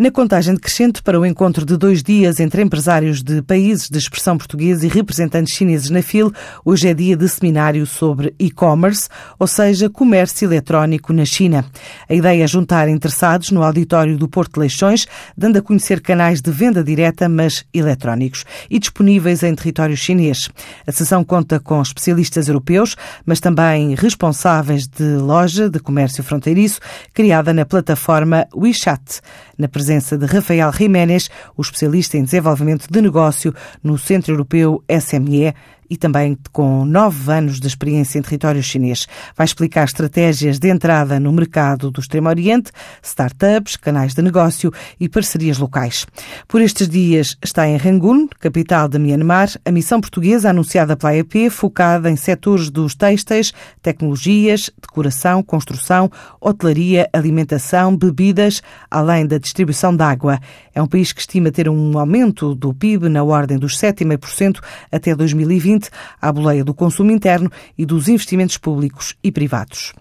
Na contagem decrescente para o encontro de 2 dias entre empresários de países de expressão portuguesa e representantes chineses na FIL, hoje é dia de seminário sobre e-commerce, ou seja, comércio eletrónico na China. A ideia é juntar interessados no auditório do Porto de Leixões, dando a conhecer canais de venda direta, mas eletrónicos, e disponíveis em território chinês. A sessão conta com especialistas europeus, mas também responsáveis de loja de comércio fronteiriço, criada na plataforma WeChat, na presença de Rafael Jiménez, o especialista em desenvolvimento de negócio no Centro Europeu SME, e também com 9 anos de experiência em território chinês. Vai explicar estratégias de entrada no mercado do Extremo Oriente, startups, canais de negócio e parcerias locais. Por estes dias está em Rangoon, capital de Myanmar, a missão portuguesa anunciada pela AEP, focada em setores dos têxteis, tecnologias, decoração, construção, hotelaria, alimentação, bebidas, além da distribuição de água. É um país que estima ter um aumento do PIB na ordem dos 7,5% até 2020, à boleia do consumo interno e dos investimentos públicos e privados.